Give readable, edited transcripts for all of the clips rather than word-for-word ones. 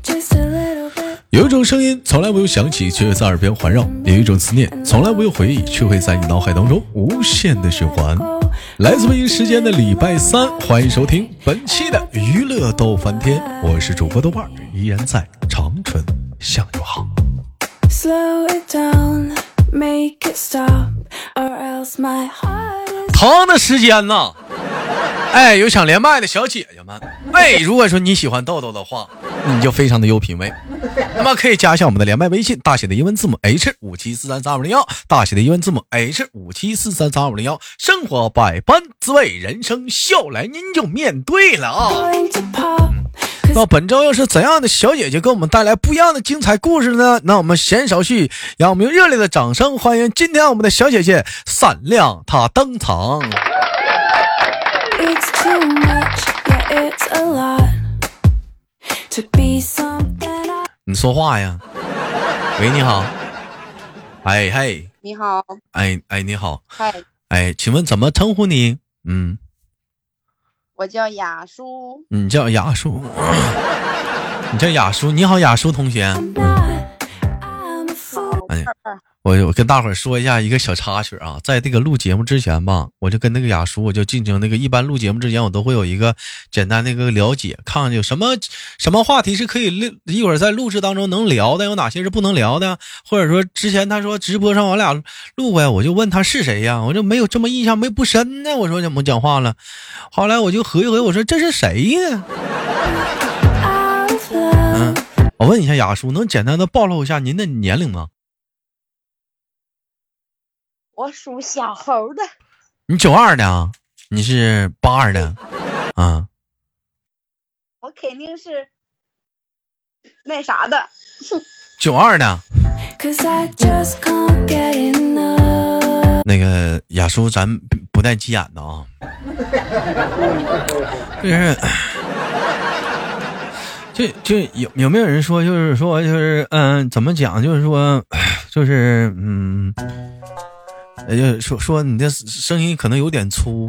有一种声音从来没有响起，却会在耳边环绕；有一种思念从来没有回忆，却会在你脑海当中无限的循环。来自北京时间的礼拜三，欢迎收听本期的娱乐逗翻天，我是主播豆瓣，依然在长春向你好。同的时间呢，有想连麦的小姐姐们，如果说你喜欢豆豆的话，你就非常的有品味，那么可以加一下我们的连麦微信，大写的英文字母 H57433501，大写的英文字母 H57433501。生活百般滋味，人生笑来您就面对了啊。那本周又是怎样的小姐姐给我们带来不一样的精彩故事呢？那我们闲少叙，让我们用热烈的掌声欢迎今天我们的小姐姐闪亮她登场。你说话呀。喂，你好。嘿， 你好。 你好。 嗨。 请问怎么称呼你？ 我叫雅舒。 你叫雅舒。你叫雅舒。你好，雅舒同学。我跟大伙儿说一下一个小插曲啊，在这个录节目之前吧，我就跟那个雅舒，我就进行那个一般录节目之前，我都会有一个简单那个了解，看看有什么话题是可以一会儿在录制当中能聊的，有哪些是不能聊的，或者说之前他说直播上我俩录过呀，我就问他是谁呀，我就没有这么印象没不深呢，我说怎么讲话了，后来我就合计合计，我说这是谁呢？我问一下雅舒，能简单的暴露一下您的年龄吗？ 我属小猴的。 你92的啊？你是82的啊？ 我肯定是那啥的。 92的。那个雅舒，咱不带急眼的啊。就有没有人说，就是说，就是怎么讲？就是说，就是说你的声音可能有点粗。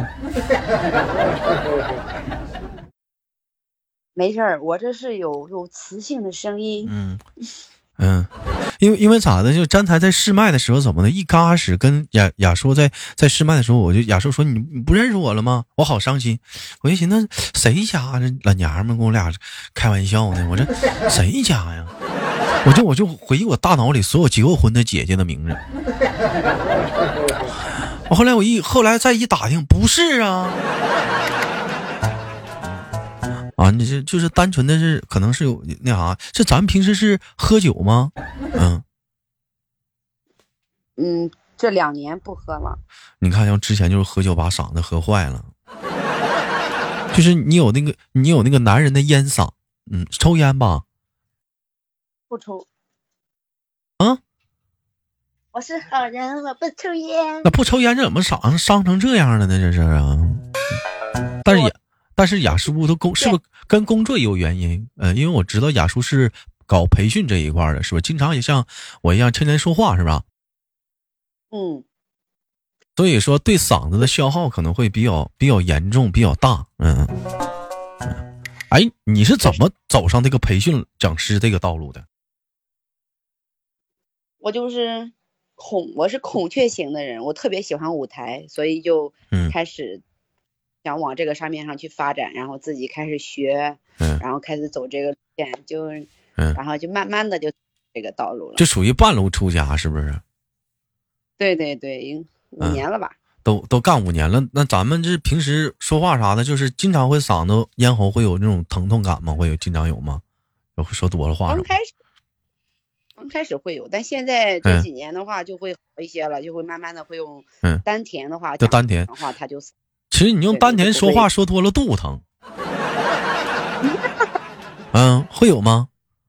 没事儿，我这是有磁性的声音。 因为咋的？就刚才在试麦的时候怎么的？一刚开始跟雅舒在试麦的时候，我就雅舒说你不认识我了吗？我好伤心。我就寻思谁家这老娘们跟我俩开玩笑呢？我这谁家呀？我就回忆我大脑里所有结过婚的姐姐的名字。我后来再一打听，不是啊。你这就是单纯的是可能是有那啥，是咱们平时是喝酒吗？ 这2年不喝了。 你看，像之前就是喝酒把嗓子喝坏了，就是你有那个男人的烟嗓。抽烟吧？ 不抽。 我是好人，我不抽烟。 那不抽烟这怎么伤成这样了呢？这是啊。但是雅舒是不是跟工作也有原因？因为我知道雅舒是搞培训这一块的，是吧？经常也像我一样天天说话，是吧？所以说对嗓子的消耗可能会比较严重，比较大。你是怎么走上这个培训讲师这个道路的？ 我是孔雀型的人，我特别喜欢舞台，所以就开始想往这个上面上去发展，然后自己开始学，然后开始走这个路线，然后就慢慢的就这个道路了， 就属于半路出家，是不是？ 对对对，5年了吧。 都干5年了。那咱们这平时说话啥的，就是经常会嗓子咽喉会有那种疼痛感吗？经常有吗？会说多了话？ 刚开始会有，但现在这几年的话就会好一些了，就会慢慢的会用丹田的话， 就丹田的话它就。 其实你用丹田说话说多了肚疼。会有吗？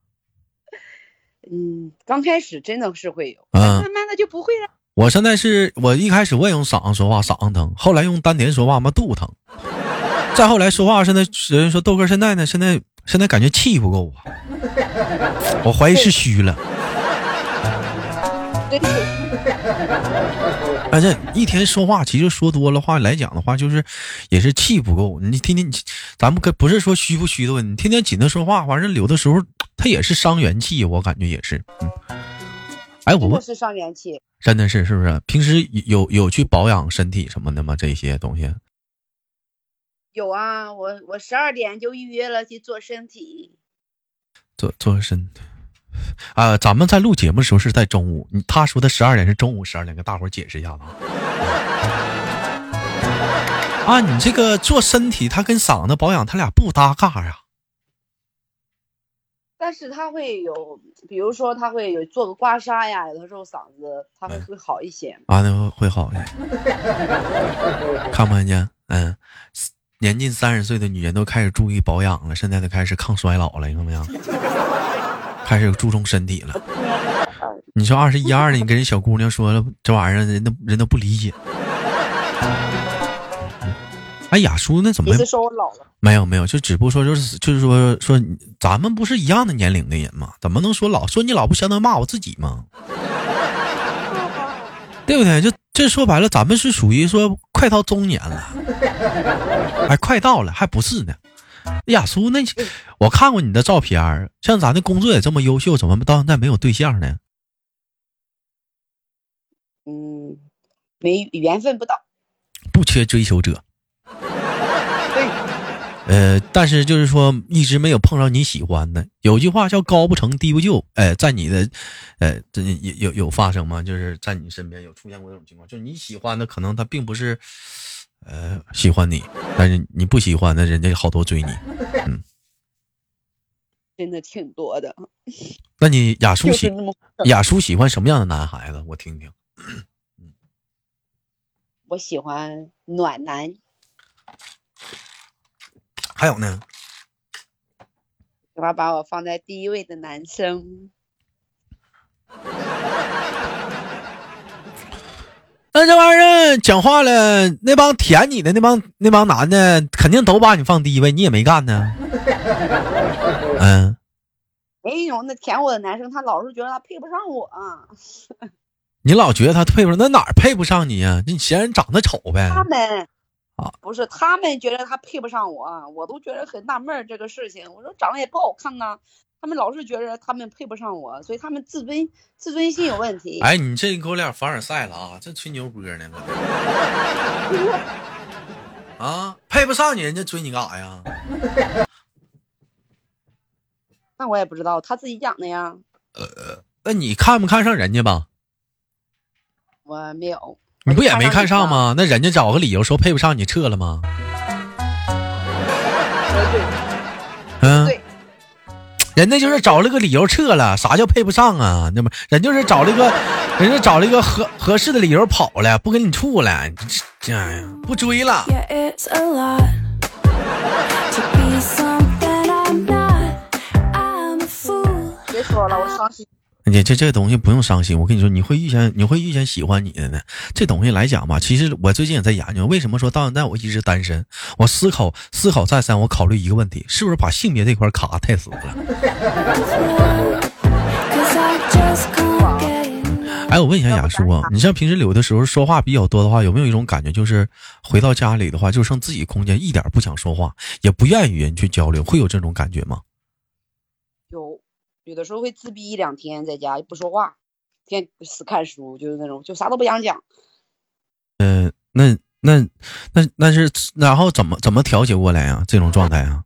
刚开始真的是会有，慢慢的就不会了。 我一开始我也用嗓子说话，嗓子疼，后来用丹田说话嘛，肚疼。再后来说话，现在人说豆哥现在呢，现在感觉气不够啊，我怀疑是虚了。 而且一天说话，其实说多了话来讲的话，就是也是气不够。你天天，咱们不是说虚不虚的问题，你天天紧着说话，反正有的时候他也是伤元气，我感觉也是。哎，我问， 是伤元气， 真的是不是？平时有去保养身体什么的吗？这些东西？ 有啊，我12点就预约了去做身体， 做身体。咱们在录节目的时候是在中午，他说的12点是中午12点，给大伙儿解释一下子啊。你这个做身体，它跟嗓子保养，它俩不搭嘎呀。 但是它会有，比如说它会有做个刮痧呀，有的时候嗓子它会好一些啊，那会好一些。看不看见？年近30岁的女人都开始注意保养了，现在都开始抗衰老了，你看没有？开始注重身体了。你说21、22的，你跟人小姑娘说了这玩意儿，人都不理解。哎，雅叔那怎么？ 你说我老了？ 没有，就只不过说就是说咱们不是一样的年龄的人吗？怎么能说老？说你老不相当于骂我自己吗？对不对？这说白了，咱们是属于说快到中年了，哎，快到了，还不是呢。雅苏，那我看过你的照片，像咱的工作也这么优秀，怎么到现在没有对象呢？ 没缘分不到， 不缺追求者。但是就是说一直没有碰上你喜欢的。有句话叫高不成低不就，在你的这有发生吗？就是在你身边有出现过这种情况，就是你喜欢的可能他并不是喜欢你，但是你不喜欢的人家好多追你。 真的挺多的。 那你雅叔喜欢什么样的男孩子？我听听。 我喜欢暖男。 还有呢？ 喜欢把我放在第一位的男生。 那这玩意儿讲话了，那帮舔你的那帮男的肯定都把你放第一位，你也没干呢。 没有，那舔我的男生他老是觉得他配不上我啊。 你老觉得他配不上，那哪儿配不上你呀？你嫌人长得丑呗？ 他们不是，他们觉得他配不上我，我都觉得很纳闷这个事情。我说长得也不好看呐，他们老是觉得他们配不上我，所以他们自尊心有问题。 哎，你这给我俩凡尔赛了啊！这吹牛波呢？啊，配不上你，人家追你干啥呀？ 那我也不知道，他自己讲的呀。 那你看不看上人家吧？ 我没有。 你不也没看上吗？那人家找个理由说配不上你，撤了吗？对，人家就是找了个理由撤了。啥叫配不上啊？那么人就是找了一个合适的理由跑了，不跟你处了，这样不追了。 别说了，我伤心。 你这东西不用伤心，我跟你说，你会遇见喜欢你的呢。这东西来讲吧，其实我最近也在研究，为什么说到现在我一直单身？我思考再三，我考虑一个问题，是不是把性别这块卡太死了？哎，我问一下雅叔啊，你像平时有的时候说话比较多的话，有没有一种感觉，就是回到家里的话，就剩自己空间，一点不想说话，也不愿意与人去交流，会有这种感觉吗？ 有的时候会自闭1-2天，在家不说话，天死看书，就是那种就啥都不想讲。 那是然后怎么调节过来啊？这种状态啊？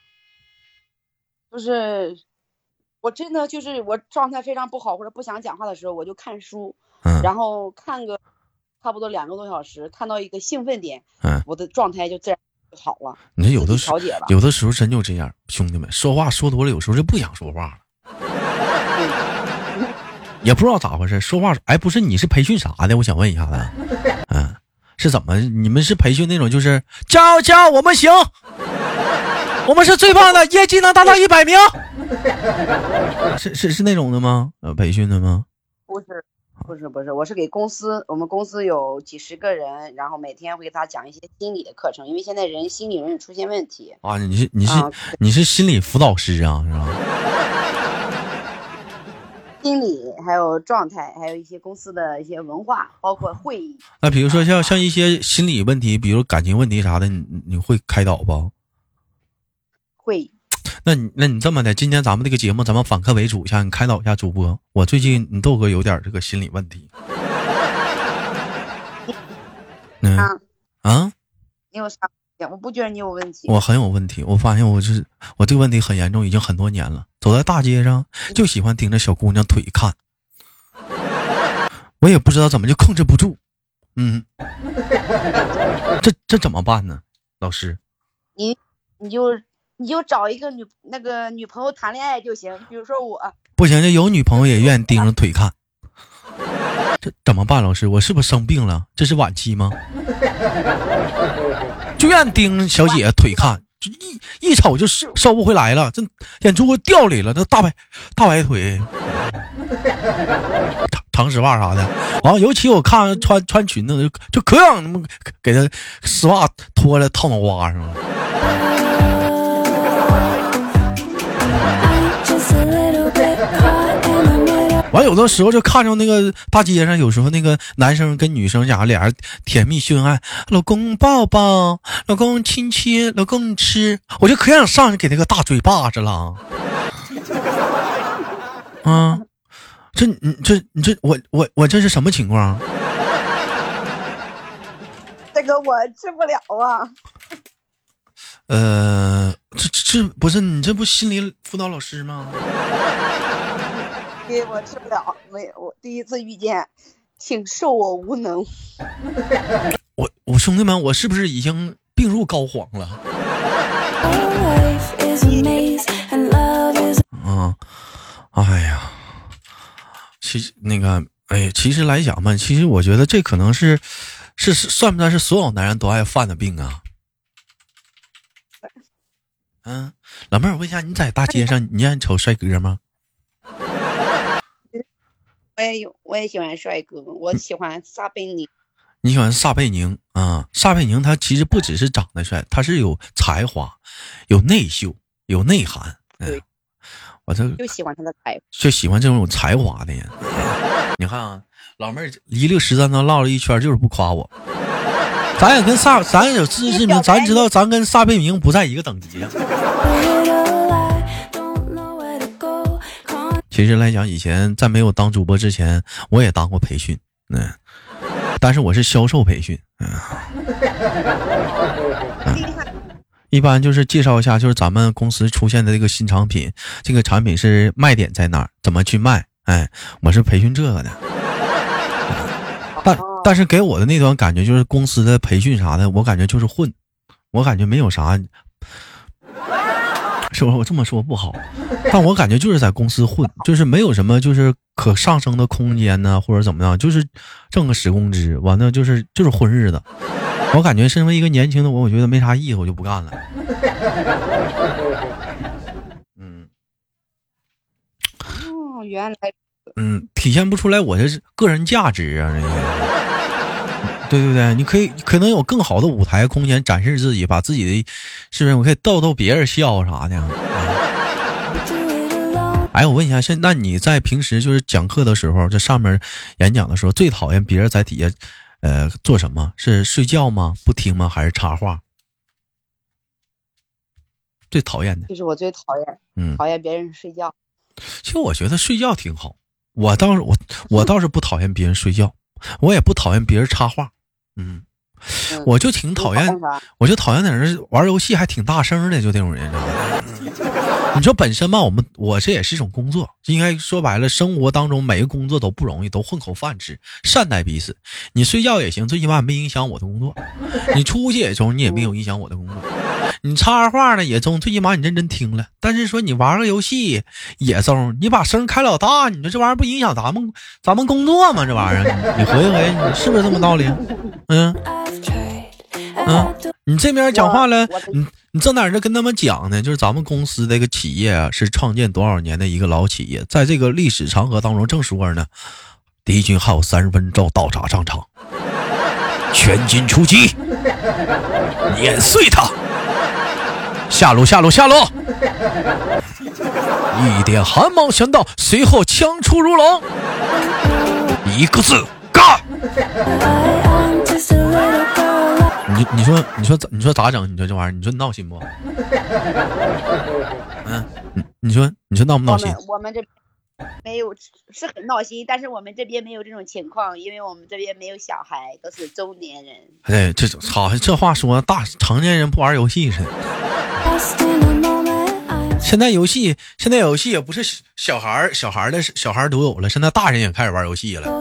就是我真的就是我状态非常不好或者不想讲话的时候，我就看书，然后看个差不多2个多小时，看到一个兴奋点，我的状态就自然就好了。 你说有的时候真就这样，兄弟们，说话说多了，有时候就不想说话了。也不知道咋回事，说话不是你是培训啥的？我想问一下子，是怎么？你们是培训那种就是加油，我们行，我们是最棒的，业绩能达到100名，是那种的吗？培训的吗？ 不是，我是给我们公司有几十个人，然后每天会给他讲一些心理的课程，因为现在心理容易出现问题啊。你是心理辅导师啊，是吧？ 心理还有状态，还有一些公司的一些文化，包括会议。 那比如说像一些心理问题，比如感情问题啥的，你会开导不？ 会。 那你这么的，今天咱们这个节目咱们反客为主一下，你开导一下主播。我最近你豆哥有点这个心理问题。 你有啥？我不觉得你有问题。 我很有问题，我发现我这个问题很严重，已经很多年了。走在大街上就喜欢盯着小姑娘腿看，我也不知道怎么就控制不住。这怎么办呢？老师， 你就找一个女朋友谈恋爱就行。比如说我不行，就有女朋友也愿意盯着腿看，这怎么办？老师，我是不是生病了？这是晚期吗？就愿盯小姐腿看，就一瞅就收不回来了，这眼珠掉里了，这大白腿，长丝袜啥的。完了，尤其我看穿裙子就可想给他丝袜脱了套脑瓜上了。完有的时候就看着那个大街上，有时候那个男生跟女生俩人甜蜜秀恩爱，老公抱抱，老公亲亲，老公你吃，我就可想上去给那个大嘴巴子了。我这是什么情况？ 这个我治不了啊。 这不是你这不心理辅导老师吗？ 我治不了，我第一次遇见，请恕我无能。 我兄弟们，我是不是已经病入膏肓了？哎呀，其实来讲嘛，其实我觉得这可能是算不算是所有男人都爱犯的病啊？老妹儿，我问一下，你在大街上你愿意瞅帅哥吗？ 我也喜欢帅哥，我喜欢撒贝宁。 你喜欢撒贝宁啊？撒贝宁他其实不只是长得帅，他是有才华、有内秀、有内涵。我就喜欢他的才华， 就喜欢这种有才华的人。你看啊，老妹儿一溜13都唠了一圈，就是不夸我。咱有自知之明，咱知道咱跟撒贝宁不在一个等级上。其实来讲，以前在没有当主播之前，我也当过培训，但是我是销售培训，一般就是介绍一下，就是咱们公司出现的这个新产品，这个产品是卖点在哪儿，怎么去卖，我是培训这个的。但是给我的那段感觉就是公司的培训啥的，我感觉就是混，我感觉没有啥。是不是我这么说不好？但我感觉就是在公司混，就是没有什么就是可上升的空间呢，或者怎么样，就是挣个10工资，完了就是混日子。我感觉身为一个年轻的我觉得没啥意思，我就不干了。 原来体现不出来我这是个人价值啊，这个。对不对？你可能有更好的舞台空间展示自己，把自己的，是不是？我可以逗别人笑啥的。我问一下，那你在平时就是讲课的时候，在上面演讲的时候，最讨厌别人在底下，做什么？是睡觉吗？不听吗？还是插话？最讨厌的。 就是我最讨厌，讨厌别人睡觉。 其实我觉得睡觉挺好，我倒是不讨厌别人睡觉，我也不讨厌别人插话。我就挺讨厌，我就讨厌在那玩游戏还挺大声的，就这种人。你说本身嘛，我这也是一种工作，应该说白了，生活当中每个工作都不容易，都混口饭吃，善待彼此。你睡觉也行，最起码没影响我的工作；你出去也中，你也没有影响我的工作；你插话呢也中，最起码你认真听了。但是说你玩个游戏也中，你把声开老大，你说这玩意儿不影响咱们工作吗？这玩意儿，你回一回，你是不是这么道理？你这边讲话了，你正哪这跟他们讲呢？就是咱们公司这个企业啊，是创建多少年的一个老企业，在这个历史长河当中，正说呢，敌军还有30分钟到达上场，全军出击，碾碎他，下路，一点寒芒响到，随后枪出如龙。 一个字干。你说咋整？你说这玩意儿，你说闹心不？你说闹不闹心？ 我们这没有，是很闹心，但是我们这边没有这种情况，因为我们这边没有小孩，都是中年人。 哎，这话说成年人不玩游戏似的。现在游戏也不是小孩都有了，现在大人也开始玩游戏了。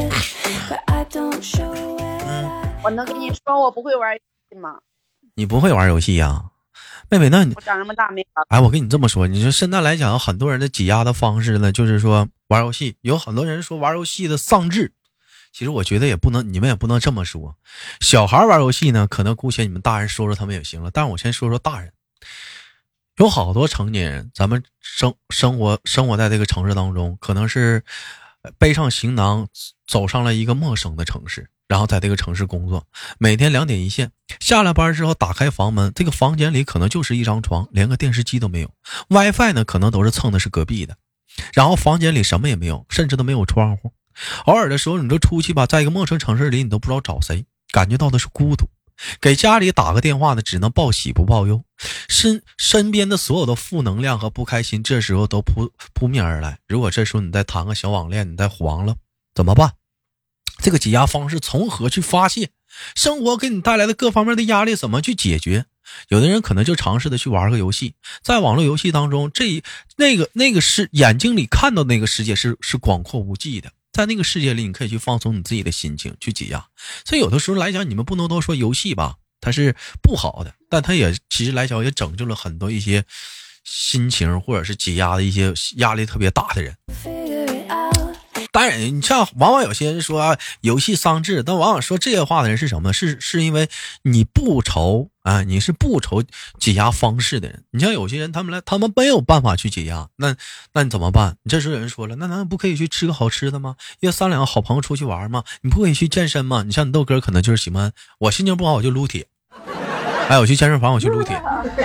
我能跟你说我不会玩游戏吗？ 你不会玩游戏呀？妹妹，那你我长这么大没玩。 哎，我跟你这么说，你说现在来讲，很多人的解压的方式呢，就是说玩游戏。有很多人说玩游戏的丧志，其实我觉得你们也不能这么说。小孩玩游戏呢，可能姑且你们大人说说他们也行了，但是我先说说大人。有好多成年人，咱们生活在这个城市当中，可能是背上行囊走上了一个陌生的城市，然后在这个城市工作，每天2点一线，下了班之后打开房门，这个房间里可能就是一张床，连个电视机都没有， WiFi 呢可能都是蹭的是隔壁的，然后房间里什么也没有，甚至都没有窗户。偶尔的时候你就出去吧，在一个陌生城市里，你都不知道找谁，感觉到的是孤独。给家里打个电话的只能报喜不报忧，身边的所有的负能量和不开心这时候都扑面而来。如果这时候你再谈个小网恋，你再黄了怎么办？这个解压方式从何去发泄？生活给你带来的各方面的压力怎么去解决？有的人可能就尝试的去玩个游戏，在网络游戏当中，那个是眼睛里看到那个世界是广阔无际的，在那个世界里你可以去放松你自己的心情，去解压。所以有的时候来讲，你们不能都说游戏吧它是不好的，但它也其实来讲也拯救了很多一些心情或者是解压的一些压力特别大的人。当然你像往往有些人说游戏丧志，但往往说这些话的人是什么？是因为你不愁你是不愁解压方式的人。你像有些人他们没有办法去解压，那你怎么办？你这时候有人说了，那难道不可以去吃个好吃的吗？约3、2个好朋友出去玩吗？你不可以去健身吗？你像你豆哥可能就是喜欢，我心情不好我就撸铁，我去健身房我去撸铁。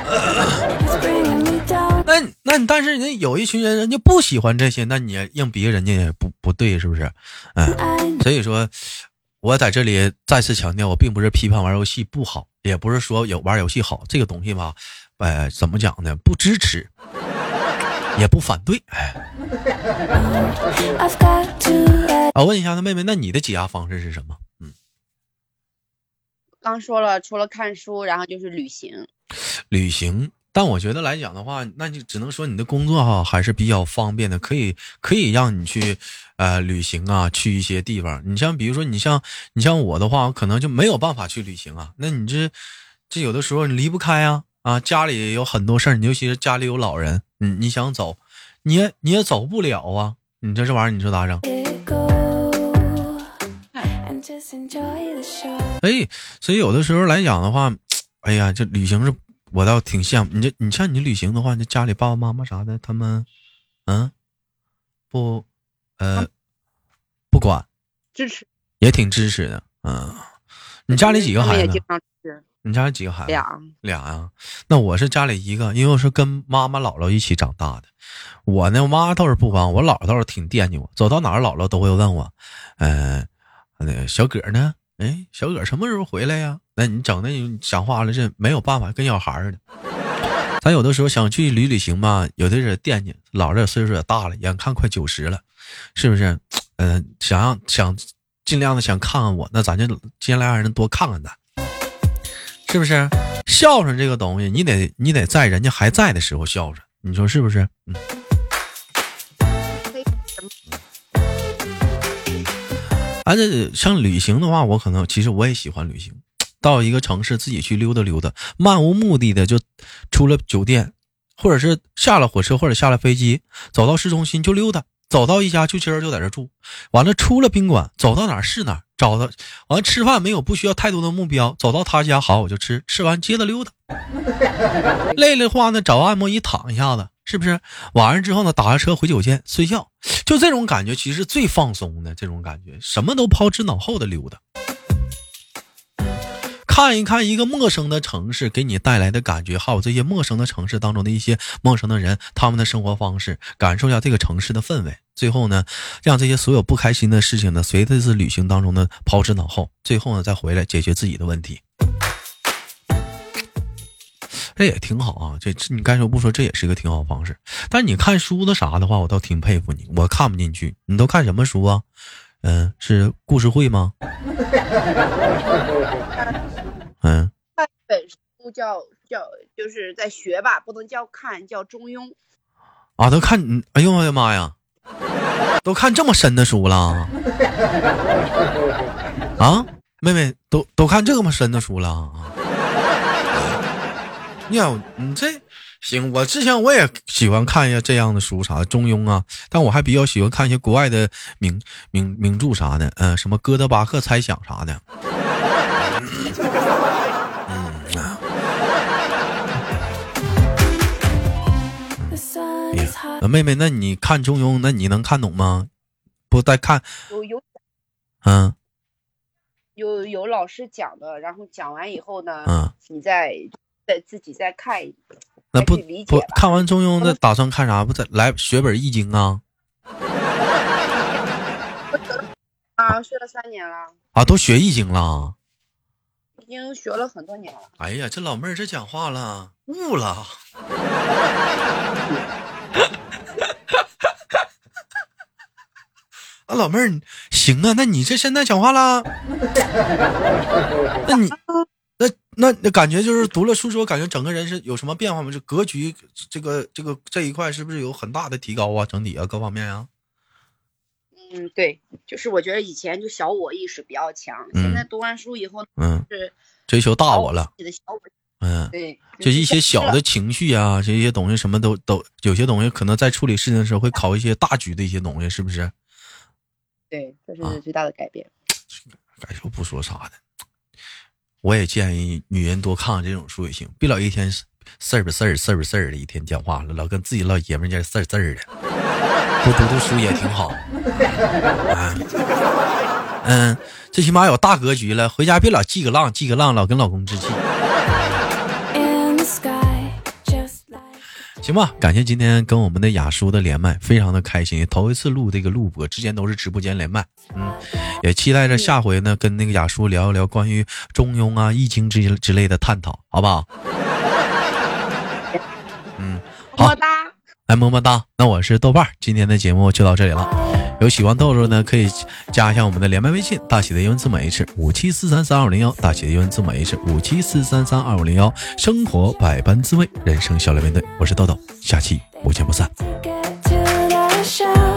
那你但是人有一群人家不喜欢这些，那你硬逼人家也不对，是不是？所以说我在这里再次强调，我并不是批判玩游戏不好，也不是说玩游戏好，这个东西吧怎么讲呢？不支持也不反对。我问一下那妹妹，那你的解压方式是什么？ 刚说了，除了看书，然后就是旅行。 但我觉得来讲的话，那就只能说你的工作还是比较方便的，可以让你去旅行去一些地方。你像比如说你像我的话，可能就没有办法去旅行那你这有的时候你离不开家里有很多事儿，你尤其是家里有老人，你想走你也走不了你这玩意儿你说咋整？所以有的时候来讲的话，这旅行是我倒挺羡慕你像你旅行的话，你家里爸爸妈妈啥的，他们不管， 支持， 也挺支持的。你家里几个孩子？你家里几个孩子？俩那我是家里一个，因为我是跟妈妈姥姥一起长大的。我呢，我妈倒是不管我，姥姥倒是挺惦记我，走到哪儿姥姥都会问我，小葛呢？小葛什么时候回来呀？那你整的你讲话了，这没有办法，跟小孩似的。咱有的时候想去旅行吧，有的人惦记，老人岁数也大了，眼看快90了，是不是？想尽量的想看看我，那咱就尽量让人多看看咱，是不是？孝顺这个东西，你得在人家还在的时候孝顺，你说是不是？像旅行的话，其实我也喜欢旅行，到一个城市自己去溜达溜达，漫无目的的就出了酒店，或者是下了火车或者下了飞机，走到市中心就溜达，走到一家就今儿就在这住，完了出了宾馆，走到哪儿是哪儿，找到完了吃饭没有不需要太多的目标，走到他家好我就吃完接着溜达，累了的话呢找按摩椅躺一下子，是不是？晚上之后呢打个车回酒店睡觉，就这种感觉其实最放松的，这种感觉什么都抛之脑后的溜达。 看一看一个陌生的城市给你带来的感觉，还有这些陌生的城市当中的一些陌生的人，他们的生活方式，感受一下这个城市的氛围。最后呢，让这些所有不开心的事情呢，随着这次旅行当中呢抛之脑后，最后呢再回来解决自己的问题。这也挺好啊，这你该说不说，这也是一个挺好的方式。但你看书的啥的话，我倒挺佩服你，我看不进去。你都看什么书啊？是故事会吗？ 看本书叫就是在学吧，不能叫看，叫中庸。 啊，都看，哎呦我的妈呀，都看这么深的书了啊！妹妹都看这么深的书了啊！你这行，我之前我也喜欢看一下这样的书啥的，中庸啊，但我还比较喜欢看一些国外的名著啥的，什么哥德巴赫猜想啥的。妹妹，那你看中庸，那你能看懂吗？不再看， 有老师讲的，然后讲完以后呢，你再自己再看， 那不看完中庸的打算看啥？不再来学本易经啊？ 啊，学了3年了啊，都学易经了， 已经学了很多年了。 哎呀，这老妹儿这讲话了，悟了。啊，老妹儿，行啊，那你这现在讲话了？那你那感觉就是读了书之后，感觉整个人是有什么变化吗？这格局，这一块是不是有很大的提高啊？整体啊，各方面啊？ 对，就是我觉得以前就小我意识比较强，现在读完书以后，是追求大我了。 对， 就一些小的情绪啊，这些东西什么都有些东西可能在处理事情的时候会考一些大局的一些东西，是不是？ 对，这是最大的改变。 该说不说啥的，我也建议女人多看看这种书也行，别老一天事儿的，一天讲话了，老跟自己老爷们家事儿的，多读读书也挺好。最起码有大格局了，回家别老记个浪，老跟老公置气。行吧，感谢今天跟我们的雅叔的连麦，非常的开心，头一次录这个录播，之前都是直播间连麦，也期待着下回呢跟那个雅叔聊一聊关于中庸啊、易经之类的探讨，好不好？好，么么哒。那我是豆瓣，今天的节目就到这里了。有喜欢豆豆呢，可以加一下我们的连麦微信，大写的英文字母 H57432501，大写的英文字母 H57432501。生活百般滋味，人生笑来面对。我是豆豆，下期不见不散。